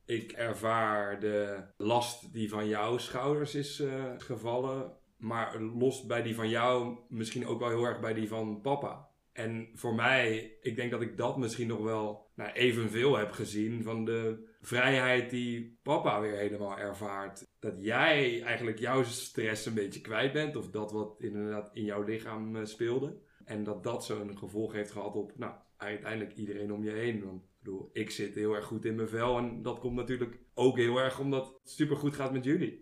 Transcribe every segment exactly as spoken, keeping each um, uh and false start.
Ik ervaar de last die van jouw schouders is uh, gevallen, maar lost bij die van jou misschien ook wel heel erg bij die van papa. En voor mij, ik denk dat ik dat misschien nog wel nou, evenveel heb gezien van de vrijheid die papa weer helemaal ervaart. Dat jij eigenlijk jouw stress een beetje kwijt bent of dat wat inderdaad in jouw lichaam uh, speelde. En dat dat zo'n gevolg heeft gehad op nou, uiteindelijk iedereen om je heen. Want ik bedoel, ik zit heel erg goed in mijn vel en dat komt natuurlijk ook heel erg omdat het supergoed gaat met jullie.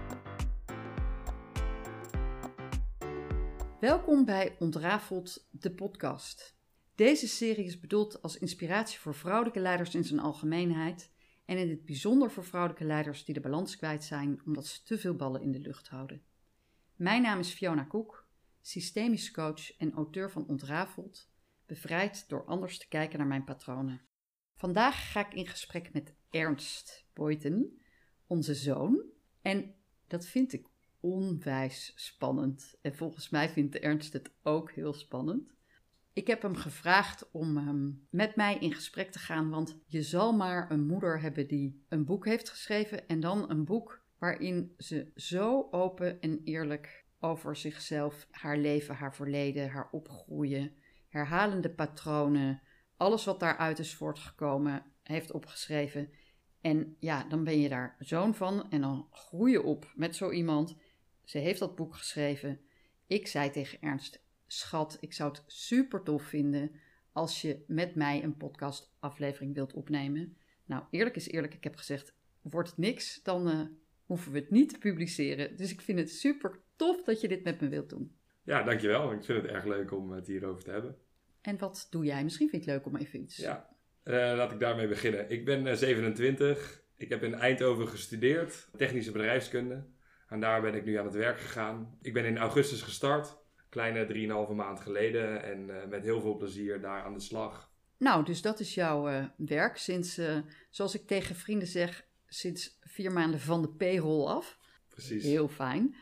Welkom bij Ontrafeld, de podcast. Deze serie is bedoeld als inspiratie voor vrouwelijke leiders in zijn algemeenheid en in het bijzonder voor vrouwelijke leiders die de balans kwijt zijn omdat ze te veel ballen in de lucht houden. Mijn naam is Fiona Koek, systemisch coach en auteur van Ontrafeld, bevrijd door anders te kijken naar mijn patronen. Vandaag ga ik in gesprek met Ernst Boyten, onze zoon, en dat vind ik onwijs spannend. En volgens mij vindt Ernst het ook heel spannend. Ik heb hem gevraagd om um, met mij in gesprek te gaan, want je zal maar een moeder hebben die een boek heeft geschreven en dan een boek waarin ze zo open en eerlijk over zichzelf, haar leven, haar verleden, haar opgroeien, herhalende patronen, alles wat daaruit is voortgekomen, heeft opgeschreven. En ja, dan ben je daar zoon van en dan groei je op met zo iemand. Ze heeft dat boek geschreven. Ik zei tegen Ernst, schat, ik zou het super tof vinden als je met mij een podcastaflevering wilt opnemen. Nou, eerlijk is eerlijk, ik heb gezegd, wordt het niks, dan uh, hoeven we het niet te publiceren. Dus ik vind het super tof dat je dit met me wilt doen. Ja, dankjewel. Ik vind het erg leuk om het hierover te hebben. En wat doe jij? Misschien vind je het leuk om even iets... Ja, uh, laat ik daarmee beginnen. Ik ben uh, zevenentwintig. Ik heb in Eindhoven gestudeerd, technische bedrijfskunde. En daar ben ik nu aan het werk gegaan. Ik ben in augustus gestart, kleine drieënhalve maand geleden. En uh, met heel veel plezier daar aan de slag. Nou, dus dat is jouw uh, werk sinds, uh, zoals ik tegen vrienden zeg, sinds vier maanden van de payroll af. Precies. Heel fijn.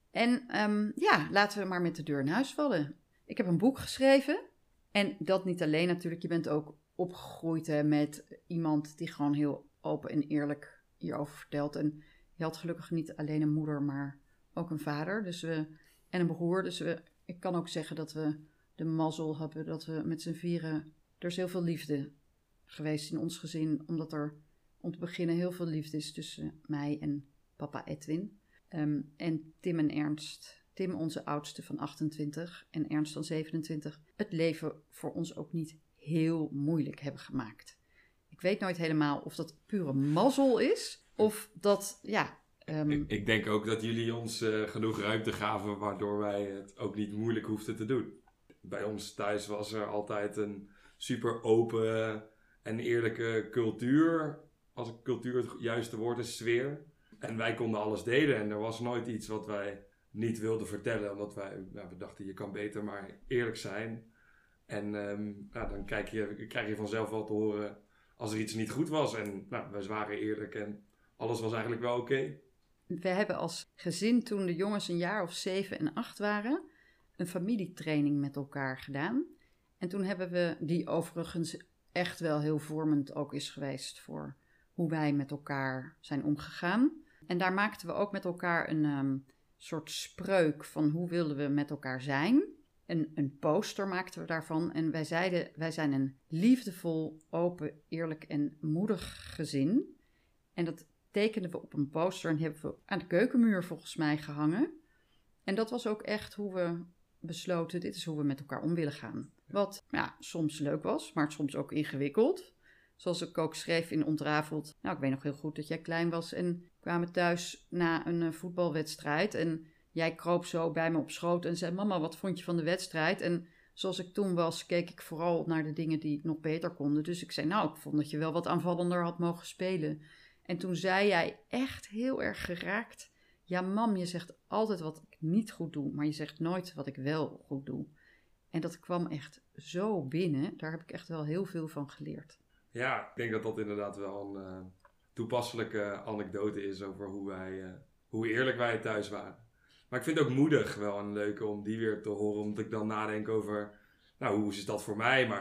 En um, ja, laten we maar met de deur in huis vallen. Ik heb een boek geschreven. En dat niet alleen natuurlijk. Je bent ook opgegroeid hè, met iemand die gewoon heel open en eerlijk hierover vertelt. En je had gelukkig niet alleen een moeder, maar ook een vader. Dus we, en een broer. Dus we, ik kan ook zeggen dat we de mazzel hebben dat we met z'n vieren... Er is heel veel liefde geweest in ons gezin. Omdat er om te beginnen heel veel liefde is tussen mij en papa Edwin. Um, en Tim en Ernst. Tim onze oudste van achtentwintig en Ernst van zevenentwintig. Het leven voor ons ook niet heel moeilijk hebben gemaakt. Ik weet nooit helemaal of dat pure mazzel is. Of dat, ja... Um... Ik, ik denk ook dat jullie ons uh, genoeg ruimte gaven waardoor wij het ook niet moeilijk hoefden te doen. Bij ons thuis was er altijd een super open en eerlijke cultuur. Als ik cultuur het juiste woord is, sfeer. En wij konden alles delen en er was nooit iets wat wij niet wilden vertellen. Omdat wij, nou, we dachten, je kan beter maar eerlijk zijn. En um, nou, dan krijg je, krijg je vanzelf wel te horen als er iets niet goed was. En nou, wij waren eerlijk en alles was eigenlijk wel oké. Okay. We hebben als gezin, toen de jongens een jaar of zeven en acht waren, een familietraining met elkaar gedaan. En toen hebben we, die overigens echt wel heel vormend ook is geweest voor hoe wij met elkaar zijn omgegaan. En daar maakten we ook met elkaar een um, soort spreuk van hoe wilden we met elkaar zijn. Een, een poster maakten we daarvan. En wij zeiden, wij zijn een liefdevol, open, eerlijk en moedig gezin. En dat tekenden we op een poster en hebben we aan de keukenmuur volgens mij gehangen. En dat was ook echt hoe we besloten, dit is hoe we met elkaar om willen gaan. Wat ja, soms leuk was, maar soms ook ingewikkeld. Zoals ik ook schreef in Ontrafeld. Nou, ik weet nog heel goed dat jij klein was en kwamen thuis na een uh, voetbalwedstrijd. En jij kroop zo bij me op schoot en zei, mama, wat vond je van de wedstrijd? En zoals ik toen was, keek ik vooral naar de dingen die nog beter konden. Dus ik zei, nou, ik vond dat je wel wat aanvallender had mogen spelen. En toen zei jij echt heel erg geraakt, ja, mam, je zegt altijd wat ik niet goed doe, maar je zegt nooit wat ik wel goed doe. En dat kwam echt zo binnen. Daar heb ik echt wel heel veel van geleerd. Ja, ik denk dat dat inderdaad wel een uh, toepasselijke anekdote is over hoe, wij, uh, hoe eerlijk wij thuis waren. Maar ik vind het ook moedig wel een leuke om die weer te horen. Omdat ik dan nadenk over, nou, hoe is dat voor mij? Maar hoe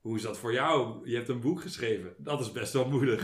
hoe is dat voor jou? Je hebt een boek geschreven. Dat is best wel moedig.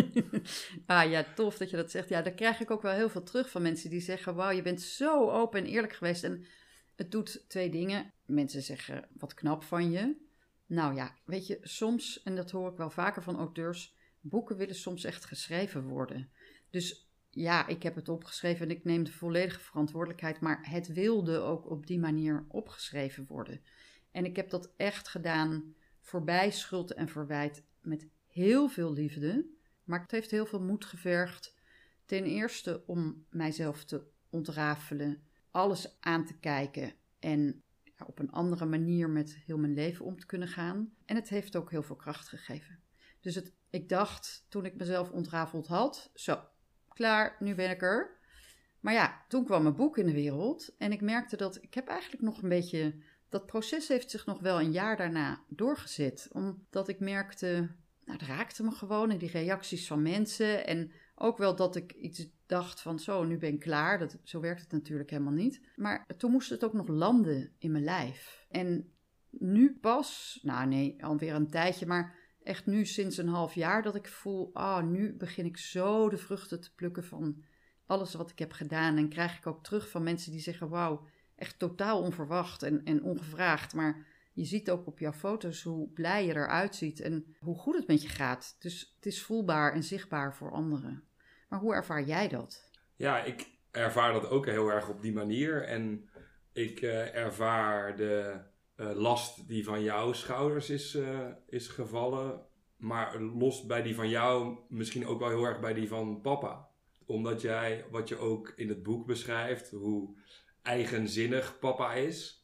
Ah ja, tof dat je dat zegt. Ja, daar krijg ik ook wel heel veel terug van mensen die zeggen... wauw, je bent zo open en eerlijk geweest. En het doet twee dingen. Mensen zeggen, wat knap van je. Nou ja, weet je, soms, en dat hoor ik wel vaker van auteurs... boeken willen soms echt geschreven worden. Dus ja, ik heb het opgeschreven en ik neem de volledige verantwoordelijkheid... maar het wilde ook op die manier opgeschreven worden. En ik heb dat echt gedaan voorbij schuld en verwijt met heel veel liefde... Maar het heeft heel veel moed gevergd. Ten eerste om mijzelf te ontrafelen, alles aan te kijken en ja, op een andere manier met heel mijn leven om te kunnen gaan. En het heeft ook heel veel kracht gegeven. Dus het, ik dacht, toen ik mezelf ontrafeld had, zo, klaar, nu ben ik er. Maar ja, toen kwam mijn boek in de wereld en ik merkte dat ik heb eigenlijk nog een beetje... Dat proces heeft zich nog wel een jaar daarna doorgezet, omdat ik merkte... Nou, het raakte me gewoon en die reacties van mensen. En ook wel dat ik iets dacht van zo, nu ben ik klaar. Dat, zo werkt het natuurlijk helemaal niet. Maar toen moest het ook nog landen in mijn lijf. En nu pas, nou nee, alweer een tijdje, maar echt nu sinds een half jaar dat ik voel... ah, oh, nu begin ik zo de vruchten te plukken van alles wat ik heb gedaan. En krijg ik ook terug van mensen die zeggen, wauw, echt totaal onverwacht en, en ongevraagd, maar... Je ziet ook op jouw foto's hoe blij je eruit ziet en hoe goed het met je gaat. Dus het is voelbaar en zichtbaar voor anderen. Maar hoe ervaar jij dat? Ja, ik ervaar dat ook heel erg op die manier. En ik uh, ervaar de uh, last die van jouw schouders is, uh, is gevallen. Maar los bij die van jou misschien ook wel heel erg bij die van papa. Omdat jij, wat je ook in het boek beschrijft, hoe eigenzinnig papa is...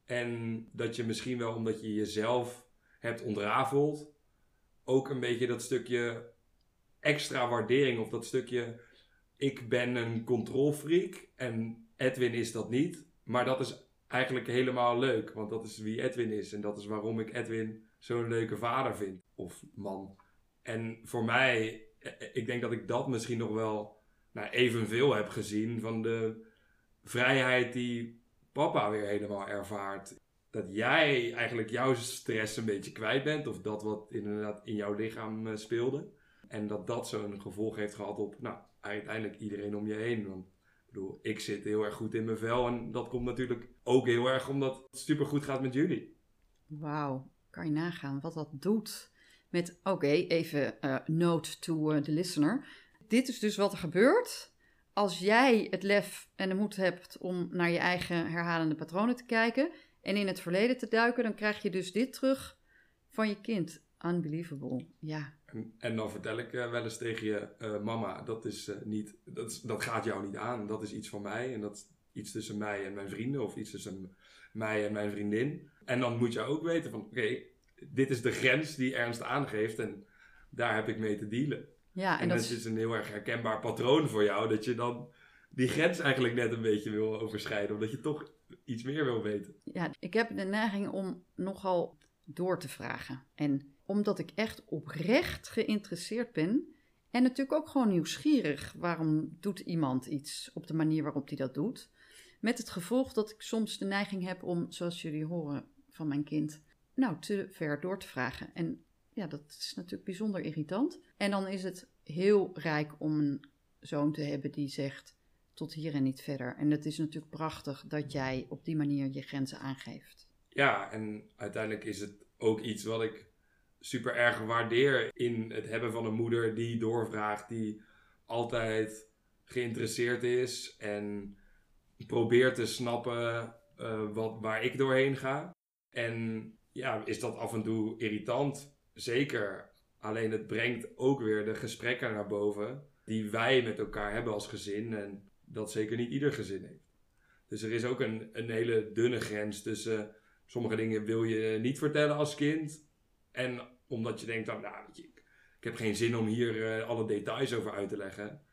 En dat je misschien wel, omdat je jezelf hebt ontrafeld, ook een beetje dat stukje extra waardering of dat stukje, ik ben een controlfreak en Edwin is dat niet. Maar dat is eigenlijk helemaal leuk, want dat is wie Edwin is en dat is waarom ik Edwin zo'n leuke vader vind, of man. En voor mij, ik denk dat ik dat misschien nog wel nou, evenveel heb gezien van de vrijheid die... papa weer helemaal ervaart. Dat jij eigenlijk jouw stress een beetje kwijt bent. Of dat wat inderdaad in jouw lichaam uh, speelde. En dat dat zo'n gevolg heeft gehad op, nou, uiteindelijk iedereen om je heen. Want ik bedoel, ik zit heel erg goed in mijn vel. En dat komt natuurlijk ook heel erg omdat het supergoed gaat met jullie. Wauw, kan je nagaan wat dat doet. Met, oké, okay, even uh, note to uh, the listener. Dit is dus wat er gebeurt... Als jij het lef en de moed hebt om naar je eigen herhalende patronen te kijken en in het verleden te duiken, dan krijg je dus dit terug van je kind. Unbelievable, ja. En, en dan vertel ik uh, wel eens tegen je, uh, mama, dat, is, uh, niet, dat, is, dat gaat jou niet aan. Dat is iets van mij en dat is iets tussen mij en mijn vrienden of iets tussen mij en mijn vriendin. En dan moet je ook weten van, oké, okay, dit is de grens die Ernst aangeeft en daar heb ik mee te dealen. Ja, en, en dat is... is een heel erg herkenbaar patroon voor jou, dat je dan die grens eigenlijk net een beetje wil overschrijden, omdat je toch iets meer wil weten. Ja, ik heb de neiging om nogal door te vragen. En omdat ik echt oprecht geïnteresseerd ben en natuurlijk ook gewoon nieuwsgierig, waarom doet iemand iets op de manier waarop hij dat doet, met het gevolg dat ik soms de neiging heb om, zoals jullie horen van mijn kind, nou, te ver door te vragen. En ja, dat is natuurlijk bijzonder irritant. En dan is het heel rijk om een zoon te hebben die zegt tot hier en niet verder. En het is natuurlijk prachtig dat jij op die manier je grenzen aangeeft. Ja, en uiteindelijk is het ook iets wat ik super erg waardeer in het hebben van een moeder die doorvraagt, die altijd geïnteresseerd is en probeert te snappen uh, wat, waar ik doorheen ga. En ja, is dat af en toe irritant? Zeker. Alleen het brengt ook weer de gesprekken naar boven die wij met elkaar hebben als gezin en dat zeker niet ieder gezin heeft. Dus er is ook een, een hele dunne grens tussen uh, sommige dingen wil je niet vertellen als kind en omdat je denkt, nou, nou weet je, ik, ik heb geen zin om hier uh, alle details over uit te leggen.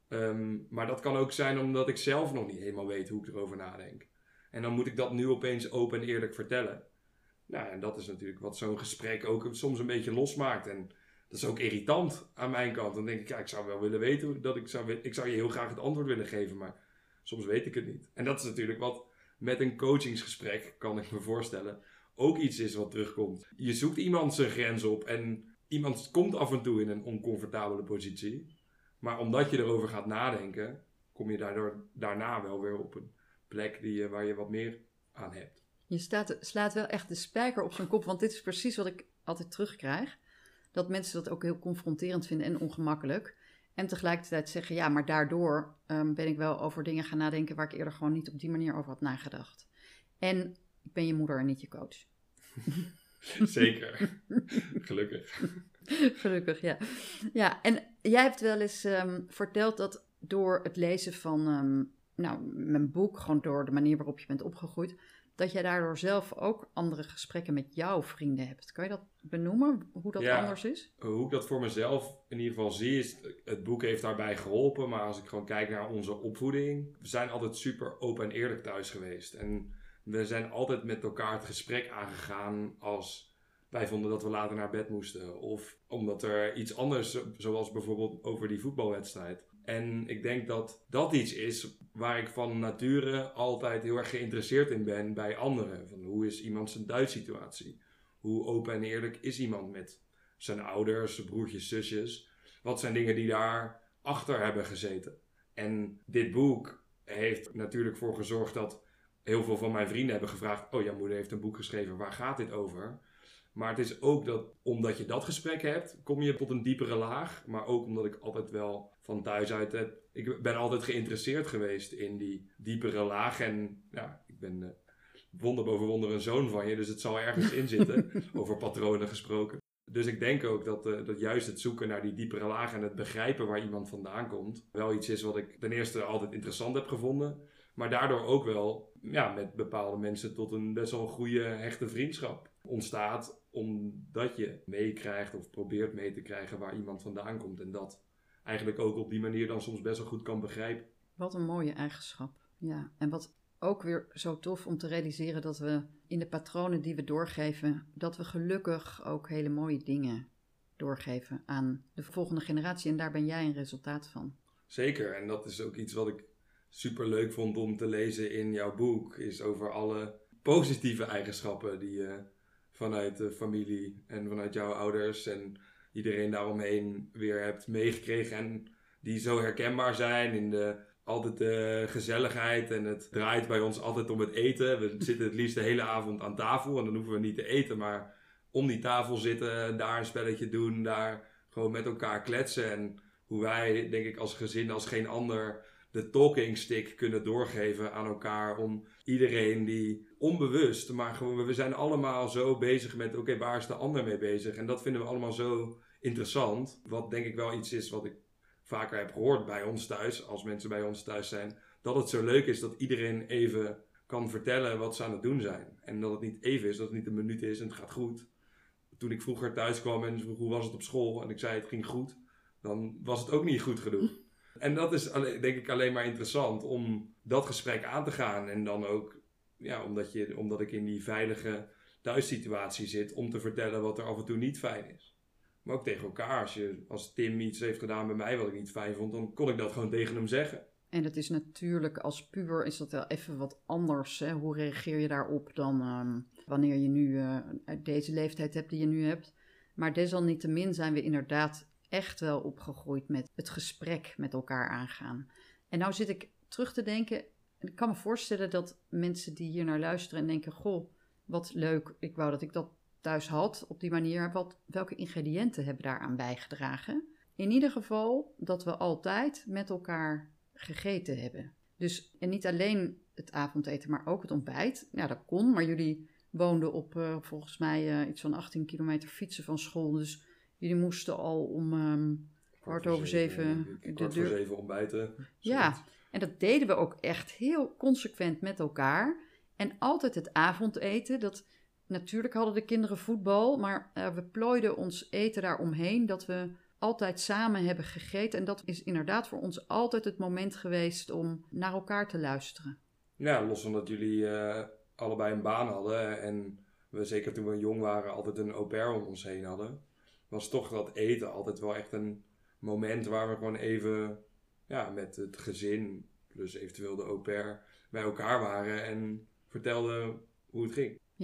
Um, maar dat kan ook zijn omdat ik zelf nog niet helemaal weet hoe ik erover nadenk. En dan moet ik dat nu opeens open en eerlijk vertellen. Nou, en dat is natuurlijk wat zo'n gesprek ook soms een beetje losmaakt. En dat is ook irritant aan mijn kant. Dan denk ik, ja, ik zou wel willen weten dat ik zou, ik zou je heel graag het antwoord willen geven, maar soms weet ik het niet. En dat is natuurlijk wat met een coachingsgesprek, kan ik me voorstellen, ook iets is wat terugkomt. Je zoekt iemand zijn grens op en iemand komt af en toe in een oncomfortabele positie. Maar omdat je erover gaat nadenken, kom je daardoor daarna wel weer op een plek die je, waar je wat meer aan hebt. Je staat, slaat wel echt de spijker op zijn kop, want dit is precies wat ik altijd terugkrijg. Dat mensen dat ook heel confronterend vinden en ongemakkelijk. En tegelijkertijd zeggen, ja, maar daardoor um, ben ik wel over dingen gaan nadenken waar ik eerder gewoon niet op die manier over had nagedacht. En ik ben je moeder en niet je coach. Zeker. Gelukkig. Gelukkig, ja. Ja, en jij hebt wel eens um, verteld dat door het lezen van um, nou, mijn boek, gewoon door de manier waarop je bent opgegroeid, dat jij daardoor zelf ook andere gesprekken met jouw vrienden hebt. Kan je dat benoemen, hoe dat ja, anders is? Hoe ik dat voor mezelf in ieder geval zie, is het boek heeft daarbij geholpen. Maar als ik gewoon kijk naar onze opvoeding, we zijn altijd super open en eerlijk thuis geweest. En we zijn altijd met elkaar het gesprek aangegaan als wij vonden dat we later naar bed moesten. Of omdat er iets anders, zoals bijvoorbeeld over die voetbalwedstrijd. En ik denk dat dat iets is waar ik van nature altijd heel erg geïnteresseerd in ben bij anderen. Van hoe is iemand zijn thuissituatie? Hoe open en eerlijk is iemand met zijn ouders, zijn broertjes, zusjes? Wat zijn dingen die daar achter hebben gezeten? En dit boek heeft natuurlijk voor gezorgd dat heel veel van mijn vrienden hebben gevraagd: oh, jouw moeder heeft een boek geschreven, waar gaat dit over? Maar het is ook dat, omdat je dat gesprek hebt, kom je tot een diepere laag. Maar ook omdat ik altijd wel van thuis uit heb. Ik ben altijd geïnteresseerd geweest in die diepere laag. En ja, ik ben uh, wonder boven wonder een zoon van je. Dus het zal ergens in zitten, over patronen gesproken. Dus ik denk ook dat, uh, dat juist het zoeken naar die diepere laag en het begrijpen waar iemand vandaan komt, wel iets is wat ik ten eerste altijd interessant heb gevonden. Maar daardoor ook wel ja, met bepaalde mensen tot een best wel een goede, hechte vriendschap ontstaat. Omdat je meekrijgt of probeert mee te krijgen waar iemand vandaan komt. En dat eigenlijk ook op die manier dan soms best wel goed kan begrijpen. Wat een mooie eigenschap. Ja, en wat ook weer zo tof om te realiseren dat we in de patronen die we doorgeven, dat we gelukkig ook hele mooie dingen doorgeven aan de volgende generatie. En daar ben jij een resultaat van. Zeker, en dat is ook iets wat ik super leuk vond om te lezen in jouw boek. Is over alle positieve eigenschappen die je vanuit de familie en vanuit jouw ouders en iedereen daaromheen weer hebt meegekregen. En die zo herkenbaar zijn in de altijd de gezelligheid. En het draait bij ons altijd om het eten. We zitten het liefst de hele avond aan tafel. En dan hoeven we niet te eten, maar om die tafel zitten, daar een spelletje doen, daar gewoon met elkaar kletsen. En hoe wij, denk ik, als gezin, als geen ander, de talking stick kunnen doorgeven aan elkaar. Om iedereen die onbewust, maar gewoon, we zijn allemaal zo bezig met, oké, okay, waar is de ander mee bezig? En dat vinden we allemaal zo interessant. Wat denk ik wel iets is wat ik vaker heb gehoord bij ons thuis, als mensen bij ons thuis zijn. Dat het zo leuk is dat iedereen even kan vertellen wat ze aan het doen zijn. En dat het niet even is, dat het niet een minuut is en het gaat goed. Toen ik vroeger thuis kwam en vroeg hoe was het op school en ik zei het ging goed, dan was het ook niet goed genoeg. En dat is denk ik alleen maar interessant om dat gesprek aan te gaan. En dan ook, ja, omdat, je, omdat ik in die veilige thuissituatie zit, om te vertellen wat er af en toe niet fijn is. Maar ook tegen elkaar. Als, je, als Tim iets heeft gedaan bij mij wat ik niet fijn vond, dan kon ik dat gewoon tegen hem zeggen. En dat is natuurlijk, als puber is dat wel even wat anders. Hè? Hoe reageer je daarop dan um, wanneer je nu uh, deze leeftijd hebt die je nu hebt. Maar desalniettemin zijn we inderdaad echt wel opgegroeid met het gesprek met elkaar aangaan. En nou zit ik terug te denken, en ik kan me voorstellen dat mensen die hier naar luisteren en denken, goh, wat leuk, ik wou dat ik dat thuis had op die manier. Wat, welke ingrediënten hebben daaraan bijgedragen? In ieder geval dat we altijd met elkaar gegeten hebben. Dus, en niet alleen het avondeten, maar ook het ontbijt. Ja, dat kon, maar jullie woonden op uh, volgens mij uh, iets van achttien kilometer fietsen van school. Dus jullie moesten al om um, kwart over zeven... zeven kwart voor zeven ontbijten. Ja, en dat deden we ook echt heel consequent met elkaar. En altijd het avondeten, dat... Natuurlijk hadden de kinderen voetbal, maar uh, we plooiden ons eten daaromheen, dat we altijd samen hebben gegeten. En dat is inderdaad voor ons altijd het moment geweest om naar elkaar te luisteren. Ja, los van dat jullie uh, allebei een baan hadden en we zeker toen we jong waren altijd een au pair om ons heen hadden, was toch dat eten altijd wel echt een moment waar we gewoon even ja, met het gezin, plus eventueel de au pair, bij elkaar waren en vertelden hoe het ging. Ja.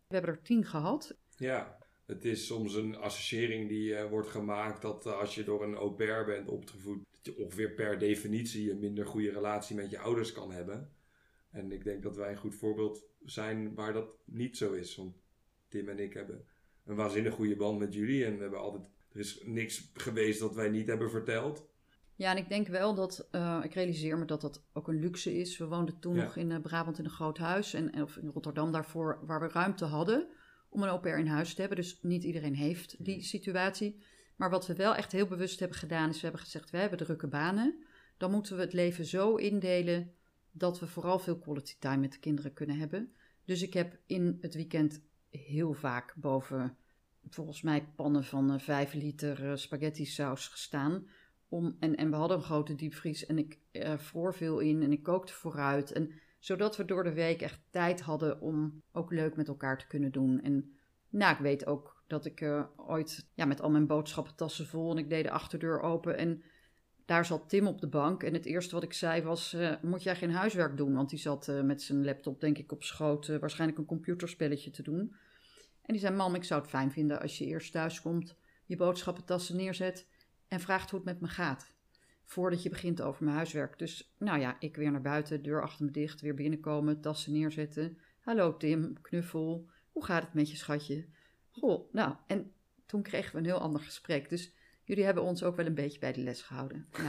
We hebben er tien gehad. Ja, het is soms een associëring die uh, wordt gemaakt dat uh, als je door een au pair bent opgevoed, dat je ongeveer per definitie een minder goede relatie met je ouders kan hebben. En ik denk dat wij een goed voorbeeld zijn waar dat niet zo is. Want Tim en ik hebben een waanzinnig goede band met jullie en we hebben altijd, er is niks geweest dat wij niet hebben verteld. Ja, en ik denk wel dat, uh, ik realiseer me dat dat ook een luxe is. We woonden toen Ja. nog in uh, Brabant in een groot huis, en, of in Rotterdam daarvoor, waar we ruimte hadden om een au pair in huis te hebben. Dus niet iedereen heeft die situatie. Maar wat we wel echt heel bewust hebben gedaan, is we hebben gezegd, we hebben drukke banen. Dan moeten we het leven zo indelen dat we vooral veel quality time met de kinderen kunnen hebben. Dus ik heb in het weekend heel vaak boven, volgens mij, pannen van uh, vijf liter uh, spaghetti saus gestaan. Om, en, en we hadden een grote diepvries en ik uh, vroor veel in en ik kookte vooruit. En, zodat we door de week echt tijd hadden om ook leuk met elkaar te kunnen doen. En nou, ik weet ook dat ik uh, ooit ja, met al mijn boodschappentassen vol en ik deed de achterdeur open en daar zat Tim op de bank. En het eerste wat ik zei was, uh, moet jij geen huiswerk doen? Want die zat uh, met zijn laptop denk ik op schoot uh, waarschijnlijk een computerspelletje te doen. En die zei, mam, ik zou het fijn vinden als je eerst thuis komt, je boodschappentassen neerzet en vraagt hoe het met me gaat. Voordat je begint over mijn huiswerk. Dus nou ja, ik weer naar buiten, deur achter me dicht, weer binnenkomen, tassen neerzetten. Hallo Tim, knuffel, hoe gaat het met je schatje? Goh, nou, en toen kregen we een heel ander gesprek. Dus jullie hebben ons ook wel een beetje bij de les gehouden. Ja,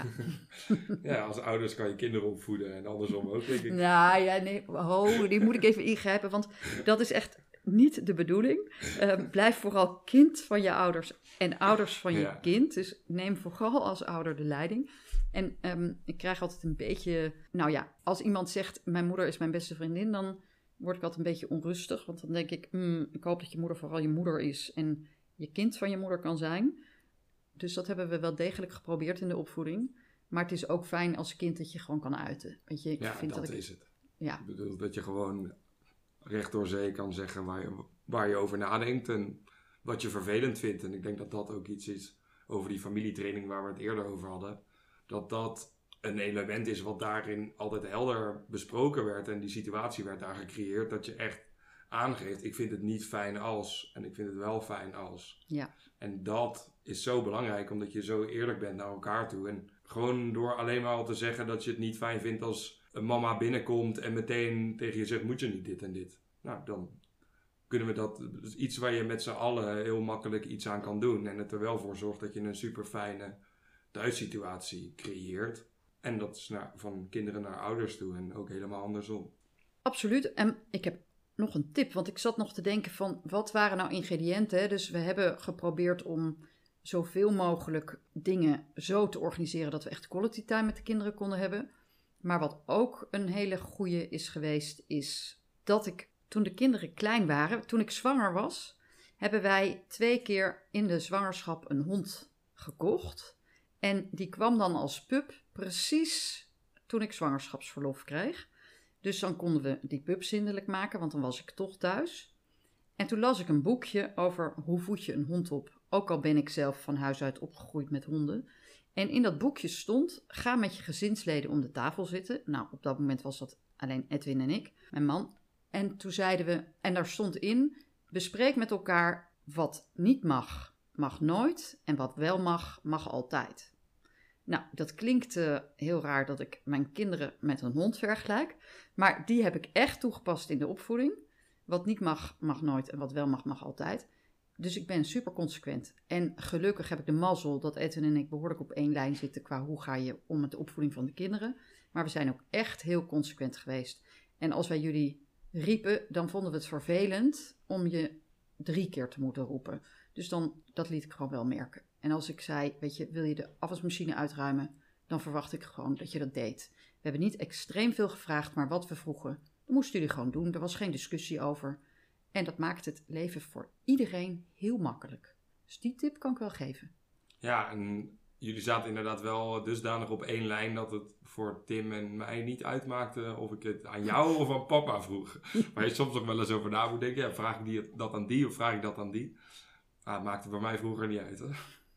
Ja, als ouders kan je kinderen opvoeden en andersom ook, denk ik. nou ja, nee, ho, die moet ik even ingrijpen, want dat is echt niet de bedoeling. Uh, blijf vooral kind van je ouders en ouders van je Ja. kind. Dus neem vooral als ouder de leiding. En um, ik krijg altijd een beetje, nou ja, als iemand zegt, mijn moeder is mijn beste vriendin, dan word ik altijd een beetje onrustig. Want dan denk ik, mm, ik hoop dat je moeder vooral je moeder is en je kind van je moeder kan zijn. Dus dat hebben we wel degelijk geprobeerd in de opvoeding. Maar het is ook fijn als kind dat je gewoon kan uiten. Weet je, ik Ja, vind dat, dat ik, is het. ja. Ik bedoel dat je gewoon recht door zee kan zeggen waar je, waar je over nadenkt en wat je vervelend vindt. En ik denk dat dat ook iets is over die familietraining waar we het eerder over hadden. Dat dat een element is wat daarin altijd helder besproken werd. En die situatie werd daar gecreëerd dat je echt aangeeft, ik vind het niet fijn als en ik vind het wel fijn als. Ja. En dat is zo belangrijk omdat je zo eerlijk bent naar elkaar toe. En gewoon door alleen maar al te zeggen dat je het niet fijn vindt als een mama binnenkomt en meteen tegen je zegt, moet je niet dit en dit. Nou, dan kunnen we dat, dus iets waar je met z'n allen heel makkelijk iets aan kan doen. En het er wel voor zorgt dat je een super fijne thuissituatie creëert. En dat is naar, van kinderen naar ouders toe en ook helemaal andersom. Absoluut. En ik heb nog een tip, want ik zat nog te denken van, wat waren nou ingrediënten? Hè? Dus we hebben geprobeerd om zoveel mogelijk dingen zo te organiseren dat we echt quality time met de kinderen konden hebben. Maar wat ook een hele goede is geweest, is dat ik, toen de kinderen klein waren, toen ik zwanger was, hebben wij twee keer in de zwangerschap een hond gekocht. En die kwam dan als pup precies toen ik zwangerschapsverlof kreeg. Dus dan konden we die pup zindelijk maken, want dan was ik toch thuis. En toen las ik een boekje over hoe voed je een hond op. Ook al ben ik zelf van huis uit opgegroeid met honden. En in dat boekje stond, ga met je gezinsleden om de tafel zitten. Nou, op dat moment was dat alleen Edwin en ik, mijn man. En toen zeiden we, en daar stond in, bespreek met elkaar wat niet mag, mag nooit. En wat wel mag, mag altijd. Nou, dat klinkt uh, heel raar dat ik mijn kinderen met een hond vergelijk. Maar die heb ik echt toegepast in de opvoeding. Wat niet mag, mag nooit. En wat wel mag, mag altijd. Dus ik ben super consequent. En gelukkig heb ik de mazzel dat Edwin en ik behoorlijk op één lijn zitten qua hoe ga je om met de opvoeding van de kinderen. Maar we zijn ook echt heel consequent geweest. En als wij jullie riepen, dan vonden we het vervelend om je drie keer te moeten roepen. Dus dan, dat liet ik gewoon wel merken. En als ik zei, weet je, wil je de afwasmachine uitruimen, dan verwacht ik gewoon dat je dat deed. We hebben niet extreem veel gevraagd, maar wat we vroegen, dat moesten jullie gewoon doen. Er was geen discussie over. En dat maakt het leven voor iedereen heel makkelijk. Dus die tip kan ik wel geven. Ja, en jullie zaten inderdaad wel dusdanig op één lijn dat het voor Tim en mij niet uitmaakte of ik het aan jou of aan papa vroeg. Waar je soms nog wel eens over na moet denken. Ja, vraag ik die, dat aan die of vraag ik dat aan die? Ah, het maakte bij mij vroeger niet uit. Hè?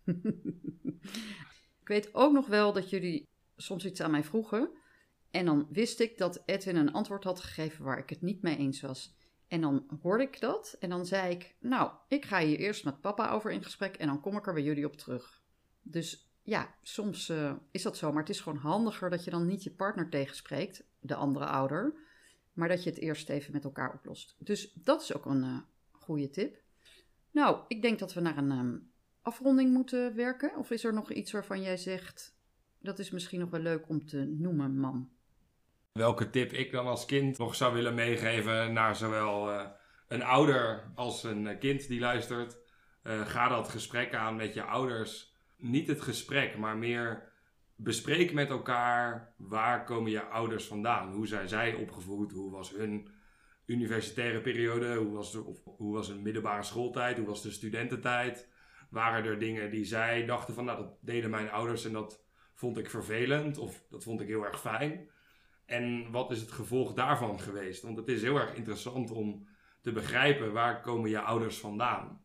Ik weet ook nog wel dat jullie soms iets aan mij vroegen. En dan wist ik dat Edwin een antwoord had gegeven waar ik het niet mee eens was. En dan hoorde ik dat en dan zei ik, nou, ik ga hier eerst met papa over in gesprek en dan kom ik er bij jullie op terug. Dus ja, soms uh, is dat zo, maar het is gewoon handiger dat je dan niet je partner tegenspreekt, de andere ouder, maar dat je het eerst even met elkaar oplost. Dus dat is ook een uh, goede tip. Nou, ik denk dat we naar een um, afronding moeten werken. Of is er nog iets waarvan jij zegt, dat is misschien nog wel leuk om te noemen, mam? Welke tip ik dan als kind nog zou willen meegeven naar zowel uh, een ouder als een kind die luistert. Uh, ga dat gesprek aan met je ouders. Niet het gesprek, maar meer bespreek met elkaar waar komen je ouders vandaan. Hoe zijn zij opgevoed? Hoe was hun universitaire periode? Hoe was, de, of, hoe was hun middelbare schooltijd? Hoe was de studententijd? Waren er dingen die zij dachten van, nou dat deden mijn ouders en dat vond ik vervelend of dat vond ik heel erg fijn. En wat is het gevolg daarvan geweest? Want het is heel erg interessant om te begrijpen waar komen je ouders vandaan.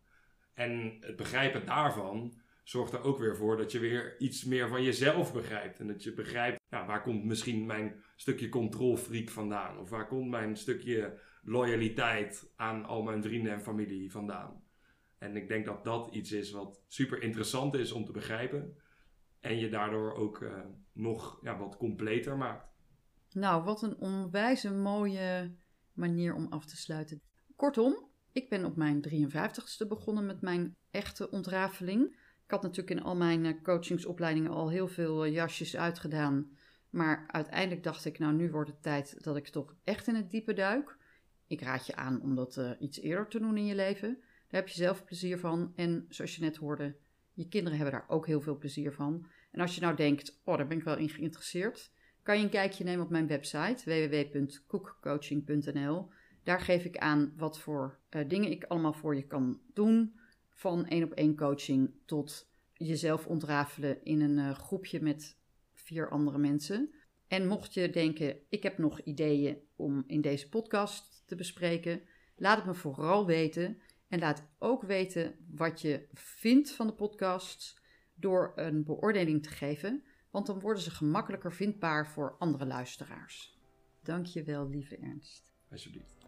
En het begrijpen daarvan zorgt er ook weer voor dat je weer iets meer van jezelf begrijpt. En dat je begrijpt, nou, waar komt misschien mijn stukje controlfreak vandaan? Of waar komt mijn stukje loyaliteit aan al mijn vrienden en familie vandaan? En ik denk dat dat iets is wat super interessant is om te begrijpen. En je daardoor ook uh, nog ja, wat completer maakt. Nou, wat een onwijs mooie manier om af te sluiten. Kortom, ik ben op mijn drieënvijftigste begonnen met mijn echte ontrafeling. Ik had natuurlijk in al mijn coachingsopleidingen al heel veel jasjes uitgedaan. Maar uiteindelijk dacht ik, nou nu wordt het tijd dat ik toch echt in het diepe duik. Ik raad je aan om dat uh, iets eerder te doen in je leven. Daar heb je zelf plezier van. En zoals je net hoorde, je kinderen hebben daar ook heel veel plezier van. En als je nou denkt, oh daar ben ik wel in geïnteresseerd, kan je een kijkje nemen op mijn website w w w punt cookcoaching punt n l. Daar geef ik aan wat voor uh, dingen ik allemaal voor je kan doen. Van één op één coaching tot jezelf ontrafelen in een uh, groepje met vier andere mensen. En mocht je denken, ik heb nog ideeën om in deze podcast te bespreken, laat het me vooral weten. En laat ook weten wat je vindt van de podcast door een beoordeling te geven. Want dan worden ze gemakkelijker vindbaar voor andere luisteraars. Dank je wel, lieve Ernst. Alsjeblieft.